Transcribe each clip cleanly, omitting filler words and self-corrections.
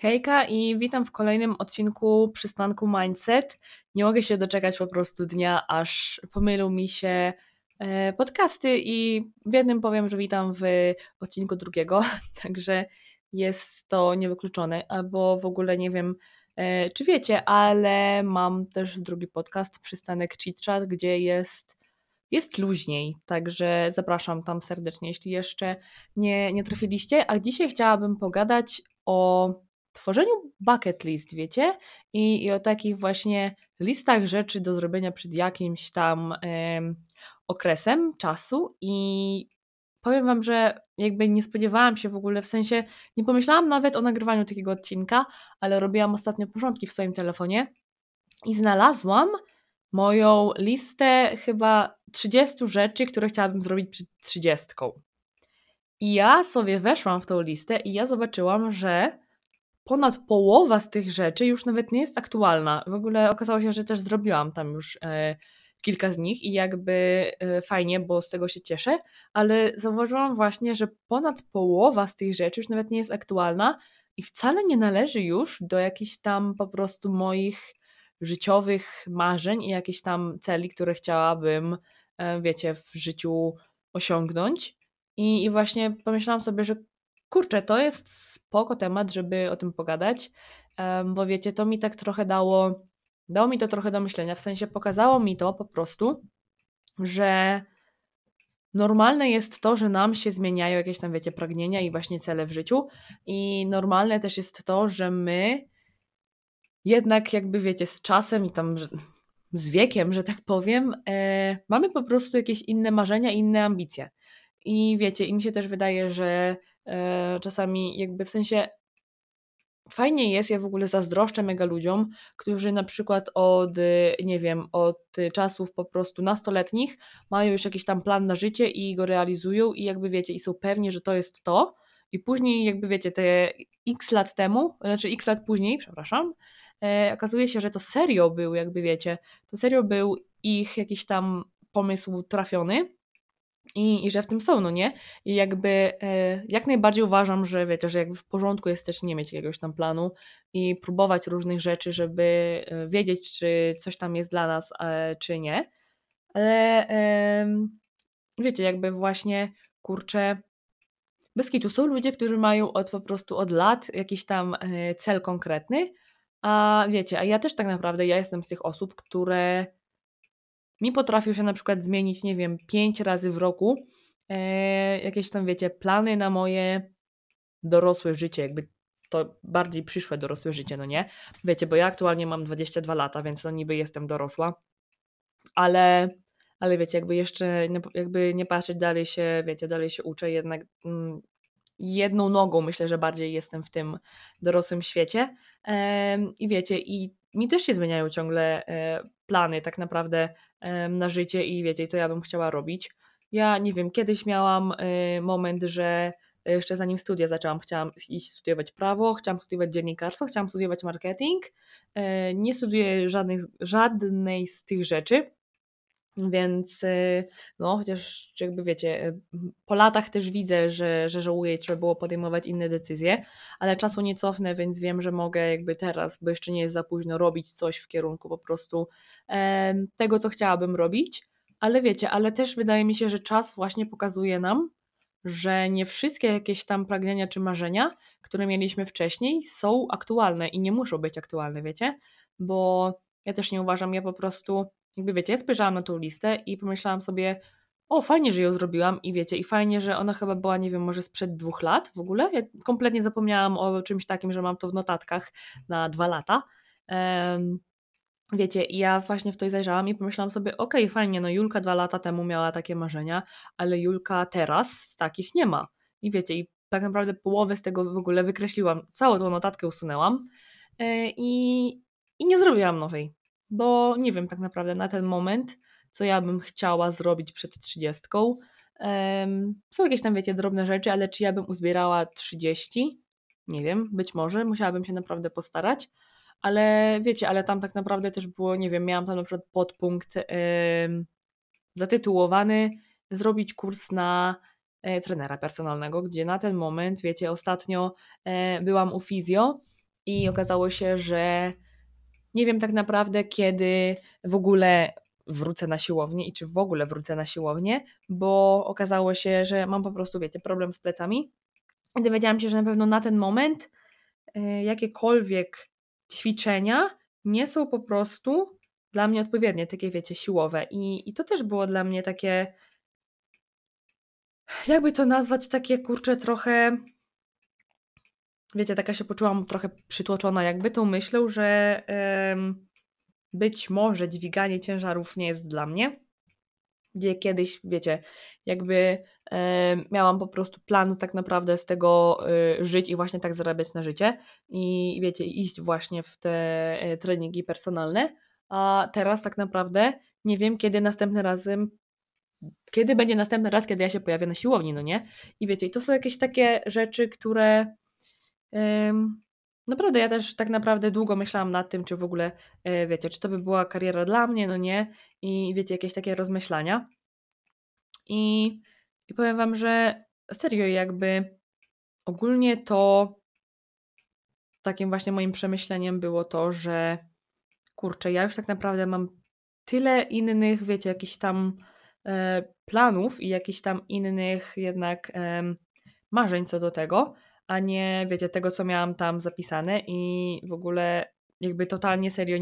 Hejka i witam w kolejnym odcinku Przystanku Mindset. Nie mogę się doczekać po prostu dnia, aż pomylą mi się podcasty i w jednym powiem, że witam w odcinku drugiego, także jest to niewykluczone, albo w ogóle nie wiem, czy wiecie, ale mam też drugi podcast, Przystanek Chit Chat, gdzie jest luźniej, także zapraszam tam serdecznie, jeśli jeszcze nie trafiliście. A dzisiaj chciałabym pogadać o tworzeniu bucket list, wiecie? I o takich właśnie listach rzeczy do zrobienia przed jakimś tam okresem czasu i powiem wam, że jakby nie spodziewałam się w ogóle, w sensie nie pomyślałam nawet o nagrywaniu takiego odcinka, ale robiłam ostatnio porządki w swoim telefonie i znalazłam moją listę chyba 30 rzeczy, które chciałabym zrobić przed 30. I ja sobie weszłam w tą listę i ja zobaczyłam, że ponad połowa z tych rzeczy już nawet nie jest aktualna. W ogóle okazało się, że też zrobiłam tam już kilka z nich i jakby fajnie, bo z tego się cieszę, ale zauważyłam właśnie, że ponad połowa z tych rzeczy już nawet nie jest aktualna i wcale nie należy już do jakichś tam po prostu moich życiowych marzeń i jakichś tam celi, które chciałabym, wiecie, w życiu osiągnąć. I właśnie pomyślałam sobie, że kurczę, to jest spoko temat, żeby o tym pogadać, bo wiecie, to mi tak trochę dało mi to trochę do myślenia, w sensie pokazało mi to po prostu, że normalne jest to, że nam się zmieniają jakieś tam, wiecie, pragnienia i właśnie cele w życiu i normalne też jest to, że my jednak jakby, wiecie, z czasem i tam z wiekiem, że tak powiem, mamy po prostu jakieś inne marzenia, inne ambicje. I wiecie, i mi się też wydaje, że czasami jakby w sensie fajnie jest, ja w ogóle zazdroszczę mega ludziom, którzy na przykład nie wiem, od czasów po prostu nastoletnich mają już jakiś tam plan na życie i go realizują i jakby wiecie, i są pewni, że to jest to i później jakby wiecie, te x lat później, przepraszam, okazuje się, że to serio był, jakby wiecie, to serio był ich jakiś tam pomysł trafiony i że w tym są, no nie? I jakby jak najbardziej uważam, że wiecie, że jakby w porządku jest też nie mieć jakiegoś tam planu i próbować różnych rzeczy, żeby wiedzieć, czy coś tam jest dla nas, czy nie. Ale wiecie, jakby właśnie, kurczę, bez kitu są ludzie, którzy mają po prostu od lat jakiś tam cel konkretny, a wiecie, a ja też tak naprawdę, ja jestem z tych osób, które mi potrafił się na przykład zmienić, nie wiem, 5 razy w roku jakieś tam, wiecie, plany na moje dorosłe życie, jakby to bardziej przyszłe dorosłe życie, no nie? Wiecie, bo ja aktualnie mam 22 lata, więc no niby jestem dorosła, ale, ale wiecie, jakby jeszcze, jakby nie patrzeć, dalej się, wiecie, dalej się uczę, jednak jedną nogą myślę, że bardziej jestem w tym dorosłym świecie i wiecie, i mi też się zmieniają ciągle plany tak naprawdę na życie i wiecie, co ja bym chciała robić. Ja nie wiem, kiedyś miałam moment, że jeszcze zanim studia zaczęłam, chciałam iść studiować prawo, chciałam studiować dziennikarstwo, chciałam studiować marketing. Nie studiuję żadnej z tych rzeczy, więc no, chociaż jakby wiecie, po latach też widzę, że żałuję i trzeba było podejmować inne decyzje, ale czasu nie cofnę, więc wiem, że mogę jakby teraz, bo jeszcze nie jest za późno, robić coś w kierunku po prostu tego, co chciałabym robić, ale wiecie, ale też wydaje mi się, że czas właśnie pokazuje nam, że nie wszystkie jakieś tam pragnienia czy marzenia, które mieliśmy wcześniej, są aktualne i nie muszą być aktualne, wiecie, bo ja też nie uważam, ja po prostu jakby wiecie, ja spojrzałam na tą listę i pomyślałam sobie, o fajnie, że ją zrobiłam i wiecie, i fajnie, że ona chyba była, nie wiem, może sprzed 2 lat w ogóle. Ja kompletnie zapomniałam o czymś takim, że mam to w notatkach na 2 lata. Wiecie, i ja właśnie w to zajrzałam i pomyślałam sobie, okej, fajnie, no Julka 2 lata temu miała takie marzenia, ale Julka teraz takich nie ma. I wiecie, i tak naprawdę połowę z tego w ogóle wykreśliłam, całą tą notatkę usunęłam i, i nie zrobiłam nowej, bo nie wiem tak naprawdę na ten moment, co ja bym chciała zrobić przed 30. Są jakieś tam, wiecie, drobne rzeczy, ale czy ja bym uzbierała 30? Nie wiem, być może, musiałabym się naprawdę postarać, ale wiecie, ale tam tak naprawdę też było, nie wiem, miałam tam na przykład podpunkt zatytułowany zrobić kurs na trenera personalnego, gdzie na ten moment, wiecie, ostatnio byłam u fizjo i okazało się, że nie wiem tak naprawdę, kiedy w ogóle wrócę na siłownię i czy w ogóle wrócę na siłownię, bo okazało się, że mam po prostu, wiecie, problem z plecami. I dowiedziałam się, że na pewno na ten moment jakiekolwiek ćwiczenia nie są po prostu dla mnie odpowiednie, takie wiecie, siłowe. I to też było dla mnie takie, jakby to nazwać, takie kurczę trochę, wiecie, taka się poczułam trochę przytłoczona jakby tą myślą, że być może dźwiganie ciężarów nie jest dla mnie. Gdzie kiedyś, wiecie, jakby miałam po prostu plan tak naprawdę z tego żyć i właśnie tak zarabiać na życie i wiecie, iść właśnie w te treningi personalne, a teraz tak naprawdę nie wiem, kiedy będzie następny raz, kiedy ja się pojawię na siłowni, no nie? I wiecie, to są jakieś takie rzeczy, które naprawdę ja też tak naprawdę długo myślałam nad tym, czy w ogóle, wiecie, czy to by była kariera dla mnie, no nie? I wiecie, jakieś takie rozmyślania. I, i powiem wam, że serio jakby ogólnie to takim właśnie moim przemyśleniem było to, że kurczę, ja już tak naprawdę mam tyle innych, wiecie, jakichś tam planów i jakichś tam innych jednak marzeń co do tego, a nie, wiecie, tego, co miałam tam zapisane i w ogóle jakby totalnie serio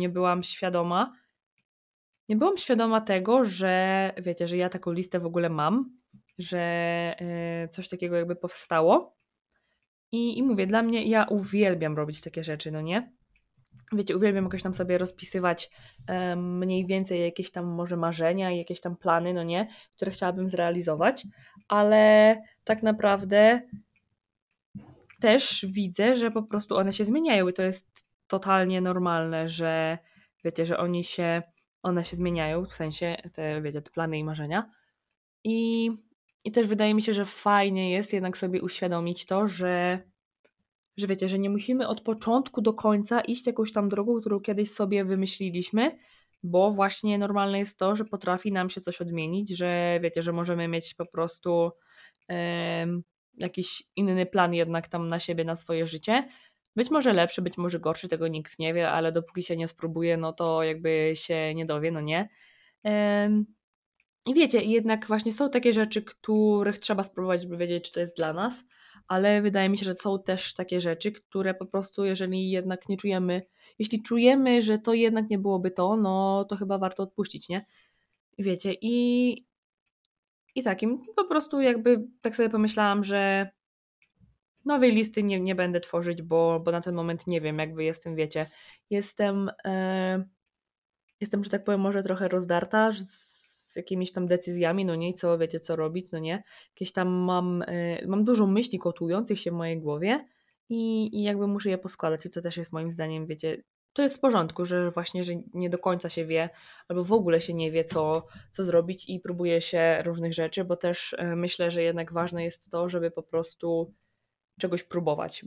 nie byłam świadoma tego, że wiecie, że ja taką listę w ogóle mam, że coś takiego jakby powstało i mówię, dla mnie, ja uwielbiam robić takie rzeczy, no nie? Wiecie, uwielbiam jakoś tam sobie rozpisywać mniej więcej jakieś tam może marzenia i jakieś tam plany, no nie, które chciałabym zrealizować, ale tak naprawdę też widzę, że po prostu one się zmieniają i to jest totalnie normalne, że wiecie, że one się zmieniają, w sensie te, wiecie, te plany i marzenia. I, I też wydaje mi się, że fajnie jest jednak sobie uświadomić to, że wiecie, że nie musimy od początku do końca iść jakąś tam drogą, którą kiedyś sobie wymyśliliśmy, bo właśnie normalne jest to, że potrafi nam się coś odmienić, że wiecie, że możemy mieć po prostu jakiś inny plan jednak tam na siebie, na swoje życie. Być może lepszy, być może gorszy, tego nikt nie wie, ale dopóki się nie spróbuje, no to jakby się nie dowie, no nie? I wiecie, jednak właśnie są takie rzeczy, których trzeba spróbować, żeby wiedzieć, czy to jest dla nas, ale wydaje mi się, że są też takie rzeczy, które po prostu, jeżeli jednak nie czujemy, jeśli czujemy, że to jednak nie byłoby to, no to chyba warto odpuścić, nie? I wiecie, i takim po prostu jakby tak sobie pomyślałam, że nowej listy nie będę tworzyć, bo na ten moment nie wiem, jakby jestem, wiecie, jestem, jestem, że tak powiem, może trochę rozdarta z jakimiś tam decyzjami, no nie, i co, wiecie, co robić, no nie. Jakieś tam mam dużo myśli kotujących się w mojej głowie i jakby muszę je poskładać i to też jest moim zdaniem, wiecie, to jest w porządku, że właśnie, że nie do końca się wie, albo w ogóle się nie wie, co zrobić i próbuje się różnych rzeczy, bo też myślę, że jednak ważne jest to, żeby po prostu czegoś próbować,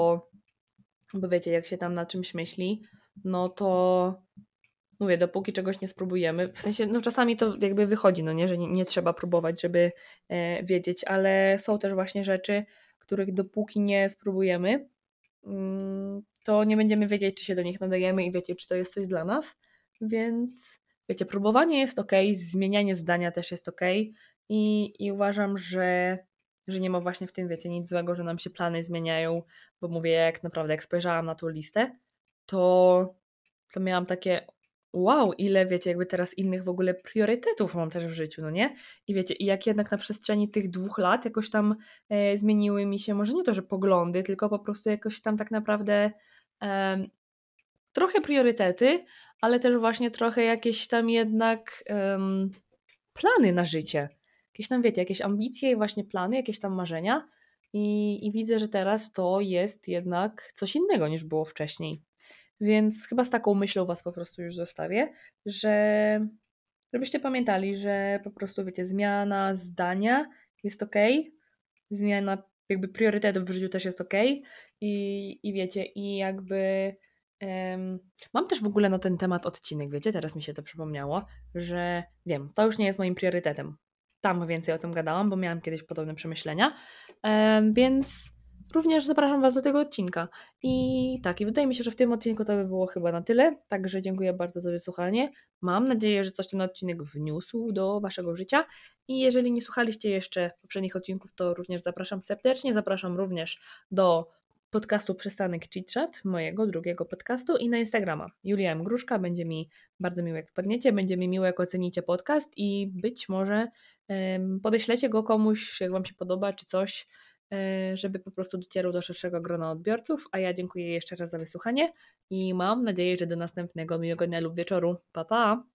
bo wiecie, jak się tam na czymś myśli, no to mówię, dopóki czegoś nie spróbujemy, w sensie, no czasami to jakby wychodzi, no nie, że nie trzeba próbować, żeby wiedzieć, ale są też właśnie rzeczy, których dopóki nie spróbujemy, to nie będziemy wiedzieć, czy się do nich nadajemy i wiecie, czy to jest coś dla nas, więc wiecie, próbowanie jest okej, zmienianie zdania też jest okej i uważam, że nie ma właśnie w tym, wiecie, nic złego, że nam się plany zmieniają, bo mówię, jak naprawdę, jak spojrzałam na tą listę, to miałam takie wow, ile wiecie, jakby teraz innych w ogóle priorytetów mam też w życiu, no nie? I wiecie, i jak jednak na przestrzeni tych 2 lat jakoś tam zmieniły mi się, może nie to, że poglądy, tylko po prostu jakoś tam tak naprawdę trochę priorytety, ale też właśnie trochę jakieś tam jednak plany na życie. Jakieś tam, wiecie, jakieś ambicje i właśnie plany, jakieś tam marzenia i widzę, że teraz to jest jednak coś innego niż było wcześniej. Więc chyba z taką myślą was po prostu już zostawię, żebyście pamiętali, że po prostu, wiecie, zmiana zdania jest okej, zmiana jakby priorytetów w życiu też jest okej i wiecie, i jakby mam też w ogóle na ten temat odcinek, wiecie, teraz mi się to przypomniało, że wiem, to już nie jest moim priorytetem. Tam więcej o tym gadałam, bo miałam kiedyś podobne przemyślenia, więc również zapraszam Was do tego odcinka. I tak, i wydaje mi się, że w tym odcinku to by było chyba na tyle, także dziękuję bardzo za wysłuchanie. Mam nadzieję, że coś ten odcinek wniósł do Waszego życia i jeżeli nie słuchaliście jeszcze poprzednich odcinków, to również zapraszam serdecznie, zapraszam również do podcastu Przystanek Chit Chat, mojego drugiego podcastu i na Instagrama. Julia M. Gruszka, będzie mi bardzo miło jak wpadniecie, będzie mi miło jak ocenicie podcast i być może podeślecie go komuś, jak Wam się podoba, czy coś, żeby po prostu docierał do szerszego grona odbiorców, a ja dziękuję jeszcze raz za wysłuchanie i mam nadzieję, że do następnego miłego dnia lub wieczoru. Pa, pa!